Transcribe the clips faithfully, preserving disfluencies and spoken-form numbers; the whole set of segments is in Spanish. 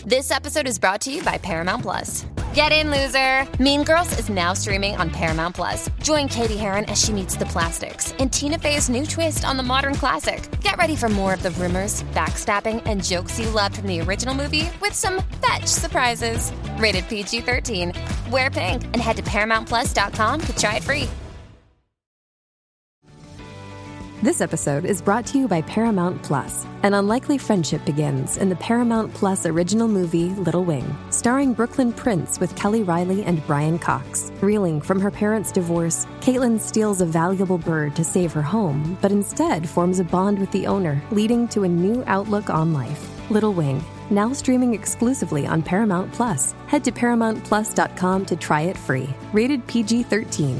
This episode is brought to you by Paramount Plus. Get in, loser! Mean Girls is now streaming on Paramount Plus. Join Katie Heron as she meets the plastics in Tina Fey's new twist on the modern classic. Get ready for more of the rumors, backstabbing, and jokes you loved from the original movie with some fetch surprises. Rated P G thirteen. Wear pink and head to paramount plus dot com to try it free. This episode is brought to you by Paramount Plus. An unlikely friendship begins in the Paramount Plus original movie Little Wing, starring Brooklyn Prince with Kelly Riley and Brian Cox. Reeling from her parents' divorce, Caitlin steals a valuable bird to save her home, but instead forms a bond with the owner, leading to a new outlook on life. Little Wing, now streaming exclusively on Paramount Plus. Head to paramount plus dot com to try it free. Rated P G thirteen.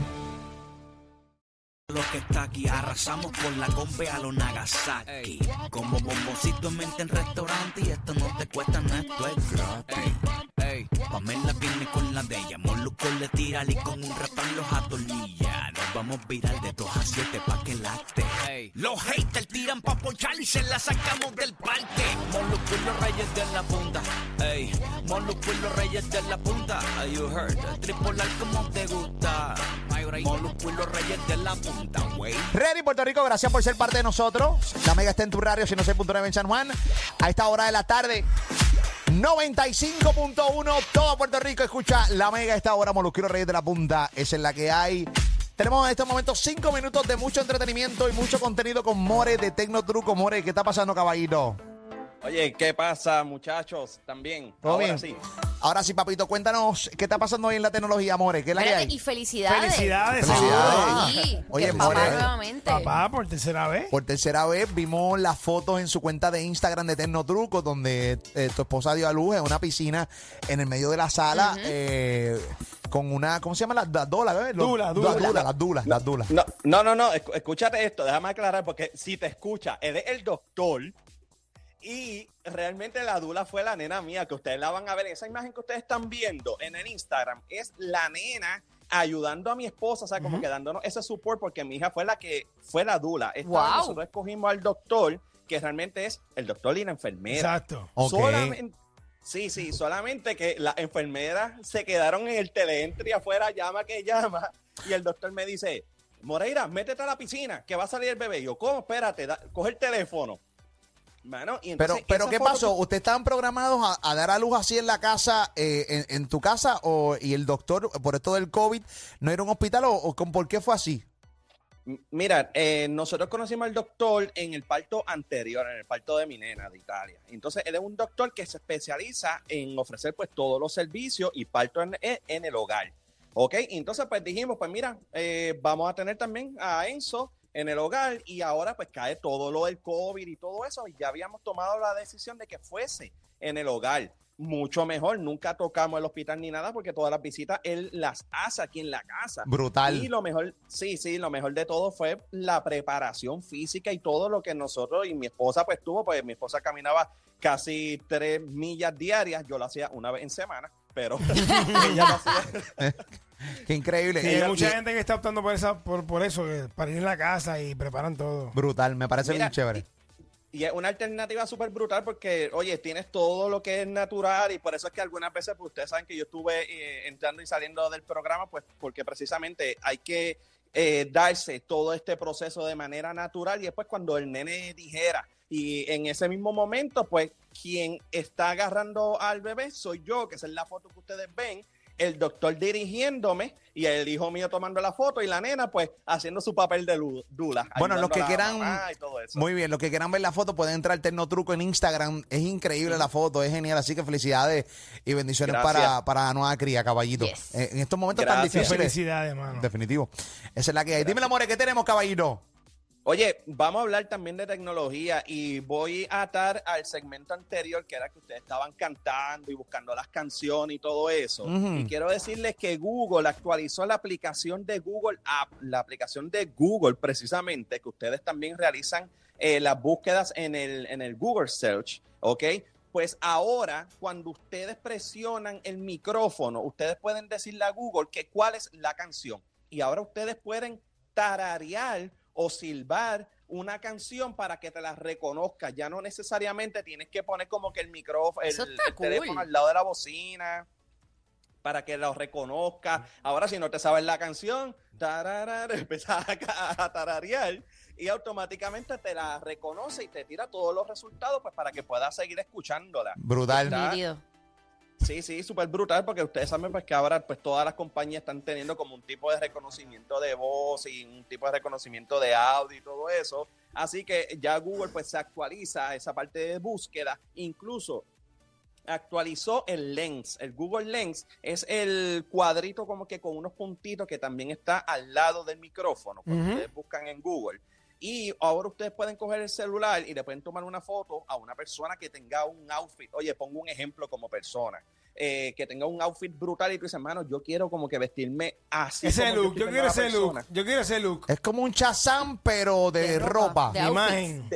Lo que está aquí, arrasamos con la combe a los Nagasaki. Ey. Como bomboncito en mente en restaurante y esto no te cuesta nada, esto es gratis. Ey. Pamela viene con la de ella, Moluco le tira y con un rapán los atornilla. Nos vamos viral de dos a siete pa' que late. Ey. Los haters tiran pa' ponchar y se la sacamos del parque. Moluco y los reyes de la punta. Ey. Moluco y los reyes de la punta. Are you heard? Tripolar como te gusta. Moluco y los reyes de la punta. Ready, Puerto Rico, gracias por ser parte de nosotros. La Mega está en tu radio, ciento seis punto nueve en San Juan. A esta hora de la tarde, noventa y cinco punto uno, todo Puerto Rico escucha La Mega a esta hora. Molusquero Reyes de la Punta, esa es la que hay. Tenemos en estos momentos cinco minutos de mucho entretenimiento y mucho contenido con More de Tecnotruco. More, ¿qué está pasando, caballito? Oye, ¿qué pasa, muchachos? También. ¿Todo Ahora bien? sí. Ahora sí, papito, cuéntanos qué está pasando hoy en la tecnología, More. ¿Qué es la que hay? Y felicidades. Felicidades. Felicidades. Sí, Oye, que More, papá nuevamente. Papá, por tercera vez. Por tercera vez vimos las fotos en su cuenta de Instagram de Tecnotruco, donde eh, tu esposa dio a luz en una piscina en el medio de la sala, uh-huh. eh, con una, ¿cómo se llama? Las, las dolas, ¿ves? Dula, dula. Las dulas, las dulas, las dulas. No, no, no, no, escu- escúchate esto, déjame aclarar, porque si te escucha, él es el doctor y realmente la dula fue la nena mía, que ustedes la van a ver en esa imagen que ustedes están viendo en el Instagram, es la nena ayudando a mi esposa, o sea, como uh-huh. que dándonos ese support, porque mi hija fue la que fue la dula. Esta wow. vez nosotros escogimos al doctor, que realmente es el doctor y la enfermera. Exacto. Okay. Solamente, sí, sí, solamente que las enfermeras se quedaron en el teleentry afuera, llama que llama, y el doctor me dice, Moreira, métete a la piscina, que va a salir el bebé. Yo, ¿cómo? Espérate, da, coge el teléfono. Bueno, y pero, pero ¿qué pasó? Que... ¿Ustedes estaban programados a, a dar a luz así en la casa, eh, en, en tu casa, o y el doctor, por esto del COVID, no era un hospital, o, o con, por qué fue así? Mira, eh, nosotros conocimos al doctor en el parto anterior, en el parto de mi nena de Italia. Entonces, él es un doctor que se especializa en ofrecer pues todos los servicios y parto en, en el hogar. ¿Ok? Entonces, pues dijimos, pues mira, eh, vamos a tener también a Enzo en el hogar, y ahora pues cae todo lo del COVID y todo eso, y ya habíamos tomado la decisión de que fuese en el hogar. Mucho mejor, nunca tocamos el hospital ni nada, porque todas las visitas él las hace aquí en la casa. Brutal. Y lo mejor, sí, sí, lo mejor de todo fue la preparación física y todo lo que nosotros y mi esposa pues tuvo, pues mi esposa caminaba casi tres millas diarias, yo lo hacía una vez en semana, pero ella lo hacía. Qué increíble. Sí, Ella, hay mucha y, gente que está optando por esa, por, por eso, eh, para ir a la casa y preparan todo. Brutal, me parece Mira, bien chévere. Y, y es una alternativa súper brutal porque, oye, tienes todo lo que es natural, y por eso es que algunas veces, pues ustedes saben que yo estuve eh, entrando y saliendo del programa, pues porque precisamente hay que eh, darse todo este proceso de manera natural, y después cuando el nene dijera, y en ese mismo momento, pues quien está agarrando al bebé soy yo, que esa es la foto que ustedes ven, el doctor dirigiéndome y el hijo mío tomando la foto y la nena pues haciendo su papel de dula. Bueno, los que quieran, y muy bien, los que quieran ver la foto pueden entrar al Tecnotruco en Instagram. Es increíble, sí. La foto, es genial, así que felicidades y bendiciones para, para la nueva cría, caballito. Yes. Eh, en estos momentos Gracias. tan difíciles. Felicidades, hermano. Definitivo. Esa es la que hay. Dímelo, amores, ¿qué tenemos, caballito? Oye, vamos a hablar también de tecnología y voy a atar al segmento anterior, que era que ustedes estaban cantando y buscando las canciones y todo eso. Uh-huh. Y quiero decirles que Google actualizó la aplicación de Google App, la aplicación de Google precisamente, que ustedes también realizan eh, las búsquedas en el, en el Google Search, ¿ok? Pues ahora, cuando ustedes presionan el micrófono, ustedes pueden decirle a Google que cuál es la canción. Y ahora ustedes pueden tararear o silbar una canción para que te la reconozca. Ya no necesariamente tienes que poner como que el micrófono, el, el cool. teléfono al lado de la bocina para que lo reconozca. Ahora, si no te sabes la canción, tararar, empiezas a, a tararear y automáticamente te la reconoce y te tira todos los resultados pues para que puedas seguir escuchándola. Brutal. Está- Nítido. Sí, sí, súper brutal, porque ustedes saben pues que ahora pues todas las compañías están teniendo como un tipo de reconocimiento de voz y un tipo de reconocimiento de audio y todo eso. Así que ya Google pues se actualiza esa parte de búsqueda, incluso actualizó el Lens. El Google Lens es el cuadrito como que con unos puntitos que también está al lado del micrófono cuando Ujú. ustedes buscan en Google. Y ahora ustedes pueden coger el celular y le pueden tomar una foto a una persona que tenga un outfit. Oye, pongo un ejemplo como persona. Eh, que tenga un outfit brutal y tú dices, hermano, yo quiero como que vestirme así. Ese como look, estoy yo viendo quiero a la ese look. persona. Yo quiero ese look. Es como un Shazam, pero de, De ropa, ropa. de De outfits. imagen.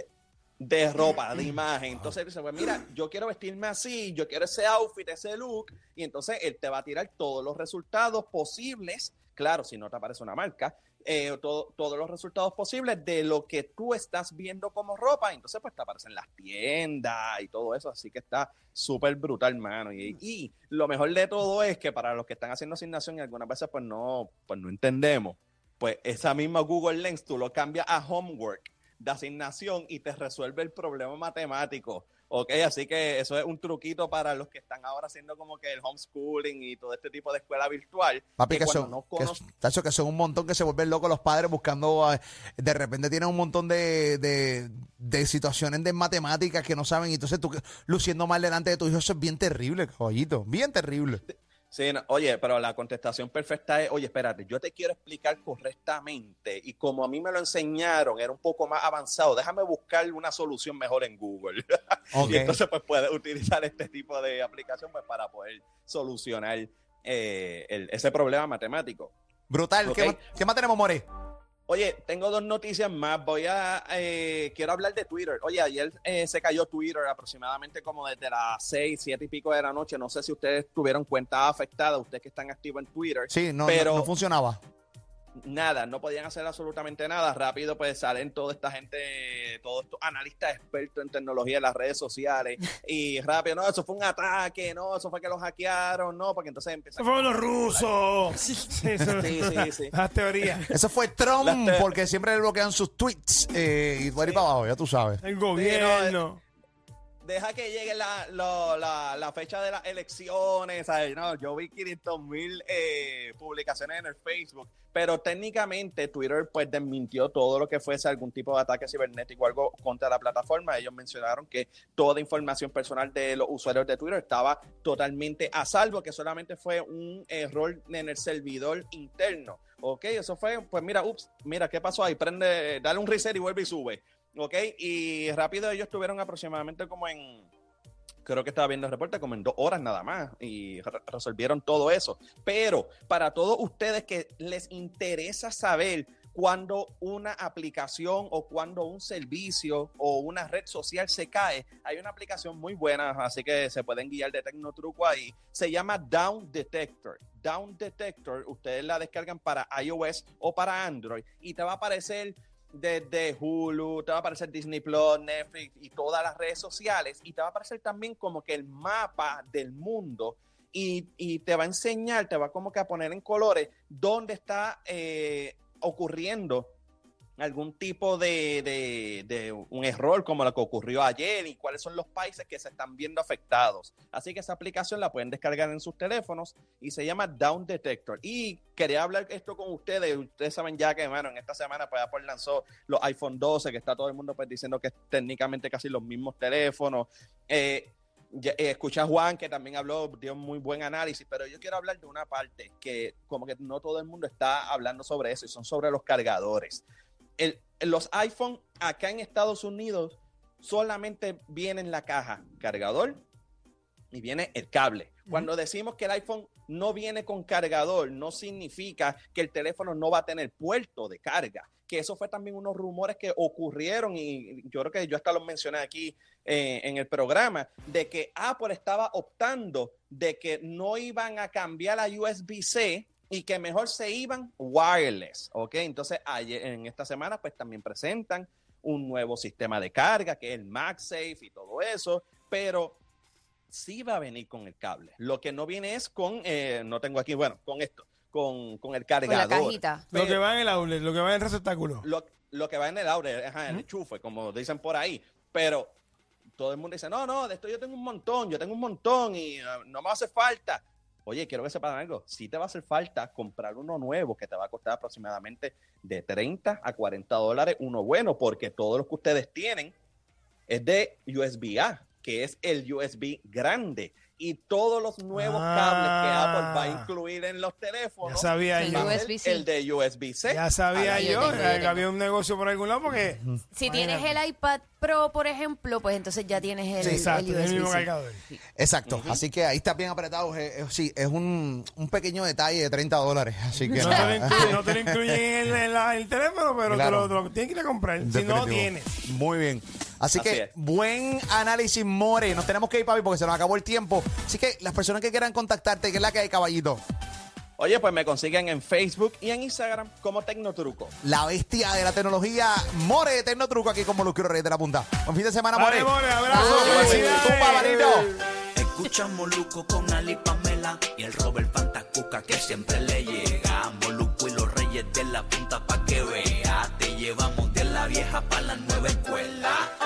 De ropa, de imagen. Entonces dice, pues mira, yo quiero vestirme así, yo quiero ese outfit, ese look, y entonces él te va a tirar todos los resultados posibles, claro, si no te aparece una marca, eh, todo, todos los resultados posibles de lo que tú estás viendo como ropa, y entonces pues te aparecen las tiendas y todo eso, así que está súper brutal, mano. Y, y lo mejor de todo es que para los que están haciendo asignación y algunas veces pues no, pues no entendemos, pues esa misma Google Lens tú lo cambias a Homework de asignación y te resuelve el problema matemático, ¿ok? Así que eso es un truquito para los que están ahora haciendo como que el homeschooling y todo este tipo de escuela virtual. Papi, que, cuando son, no que, conoces- tacho, que son un montón que se vuelven locos los padres buscando, eh, de repente tienen un montón de, de, de situaciones de matemáticas que no saben, y entonces tú luciendo mal delante de tu hijo, eso es bien terrible, caballito, bien terrible. Sí, no, oye, pero la contestación perfecta es, oye, espérate, yo te quiero explicar correctamente y como a mí me lo enseñaron, era un poco más avanzado, déjame buscar una solución mejor en Google. Ok. Y entonces pues puedes utilizar este tipo de aplicación pues para poder solucionar eh, el- ese problema matemático. Brutal. ¿Qué, Ok. más, ¿Qué más tenemos, More? Oye, tengo dos noticias más. Voy a, eh, quiero hablar de Twitter. Oye, ayer eh, se cayó Twitter aproximadamente como desde las seis, siete y pico de la noche. No sé si ustedes tuvieron cuenta afectada, ustedes que están activos en Twitter. Sí, no, pero no, no funcionaba. nada, no podían hacer absolutamente nada. Rápido, pues salen toda esta gente, todos estos analistas expertos en tecnología en las redes sociales. Y rápido, no, eso fue un ataque, no, eso fue que los hackearon, no, porque entonces Eso empiezan. fueron los rusos. Sí, eso- Sí, sí, sí. Las teorías. Eso fue Trump, Las te- porque siempre le bloquean sus tweets eh, y tú ahí para abajo, ya tú sabes. El gobierno. Deja que llegue la, lo- la, la fecha de las elecciones, ¿sabes? No, yo vi quinientos mil eh, publicaciones en el Facebook, pero técnicamente Twitter pues desmintió todo lo que fuese algún tipo de ataque cibernético o algo contra la plataforma. Ellos mencionaron que toda información personal de los usuarios de Twitter estaba totalmente a salvo, que solamente fue un error en el servidor interno. Ok, eso fue, pues mira, ups, mira, ¿qué pasó ahí? Prende, dale un reset y vuelve y sube. Ok, y rápido ellos estuvieron aproximadamente como en, creo que estaba viendo el reporte, como en dos horas nada más, y re- resolvieron todo eso. Pero para todos ustedes que les interesa saber cuando una aplicación o cuando un servicio o una red social se cae, hay una aplicación muy buena, así que se pueden guiar de Tecnotruco ahí. Se llama Down Detector. Down Detector, ustedes la descargan para iOS o para Android y te va a aparecer desde Hulu, te va a aparecer Disney Plus, Netflix y todas las redes sociales, y te va a aparecer también como que el mapa del mundo y, y te va a enseñar, te va como que a poner en colores dónde está eh, ocurriendo algún tipo de, de, de un error como lo que ocurrió ayer y cuáles son los países que se están viendo afectados. Así que esa aplicación la pueden descargar en sus teléfonos y se llama Down Detector. Y quería hablar esto con ustedes. Ustedes saben ya que, bueno, en esta semana pues Apple lanzó los iPhone doce, que está todo el mundo pues diciendo que es técnicamente casi los mismos teléfonos. Eh, ya, eh, escuché a Juan que también habló, dio muy buen análisis, pero yo quiero hablar de una parte que como que no todo el mundo está hablando sobre eso y son sobre los cargadores. El, los iPhone acá en Estados Unidos solamente viene en la caja cargador y viene el cable. Cuando decimos que el iPhone no viene con cargador, no significa que el teléfono no va a tener puerto de carga. Que eso fue también unos rumores que ocurrieron y yo creo que yo hasta los mencioné aquí eh, en el programa, de que Apple estaba optando de que no iban a cambiar a U S B-C y que mejor se iban wireless, ¿ok? Entonces, ayer, en esta semana, pues también presentan un nuevo sistema de carga, que es el MagSafe y todo eso, pero sí va a venir con el cable. Lo que no viene es con, eh, no tengo aquí, bueno, con esto, con, con el cargador. Con la cajita. Lo que va en el outlet, lo que va en el receptáculo. Lo, lo que va en el outlet, ajá, el enchufe, como dicen por ahí, pero todo el mundo dice, no, no, de esto yo tengo un montón, yo tengo un montón y uh, no me hace falta. Oye, quiero que sepan algo, sí te va a hacer falta comprar uno nuevo que te va a costar aproximadamente de treinta a cuarenta dólares, uno bueno, porque todos los que ustedes tienen es de U S B A, que es el U S B grande. Y todos los nuevos Ah. cables que Apple va a incluir en los teléfonos, Ya sabía El yo. va a U S B ser C. el de U S B C. Ya sabía Ah, yo yo tengo, yo eh, que tengo. había un negocio por algún lado porque... Si tienes el iPad Pro, por ejemplo, pues entonces ya tienes el, Sí, Exacto, el es el mismo U S B C. cargador. Exacto, así que ahí está bien apretado. Es, es- sí, es un, un pequeño detalle de treinta dólares. Así que No te, lo nada. incluyen, no te lo incluyen en el, en la- el teléfono, pero Claro. te, lo, te lo tienes que ir a comprar. Si no Definitivo. tienes. Muy bien. Así, Así que es. buen análisis, More. Nos tenemos que ir, papi, porque se nos acabó el tiempo. Así que las personas que quieran contactarte, ¿qué es la que hay, caballito? Oye, pues me consiguen en Facebook y en Instagram como Tecnotruco. La bestia de la tecnología, More de Tecnotruco, aquí como Luquio Reyes de la Punta. Buen fin de semana, More. Vale, More, abrazo. Tú, felicidades. papadito. Escucha Moluco con Ali Pamela y el Robert Fantacuca que siempre le llega. Moluco y los Reyes de la Punta pa' que vea. Te llevamos de la vieja pa' la nueva escuela.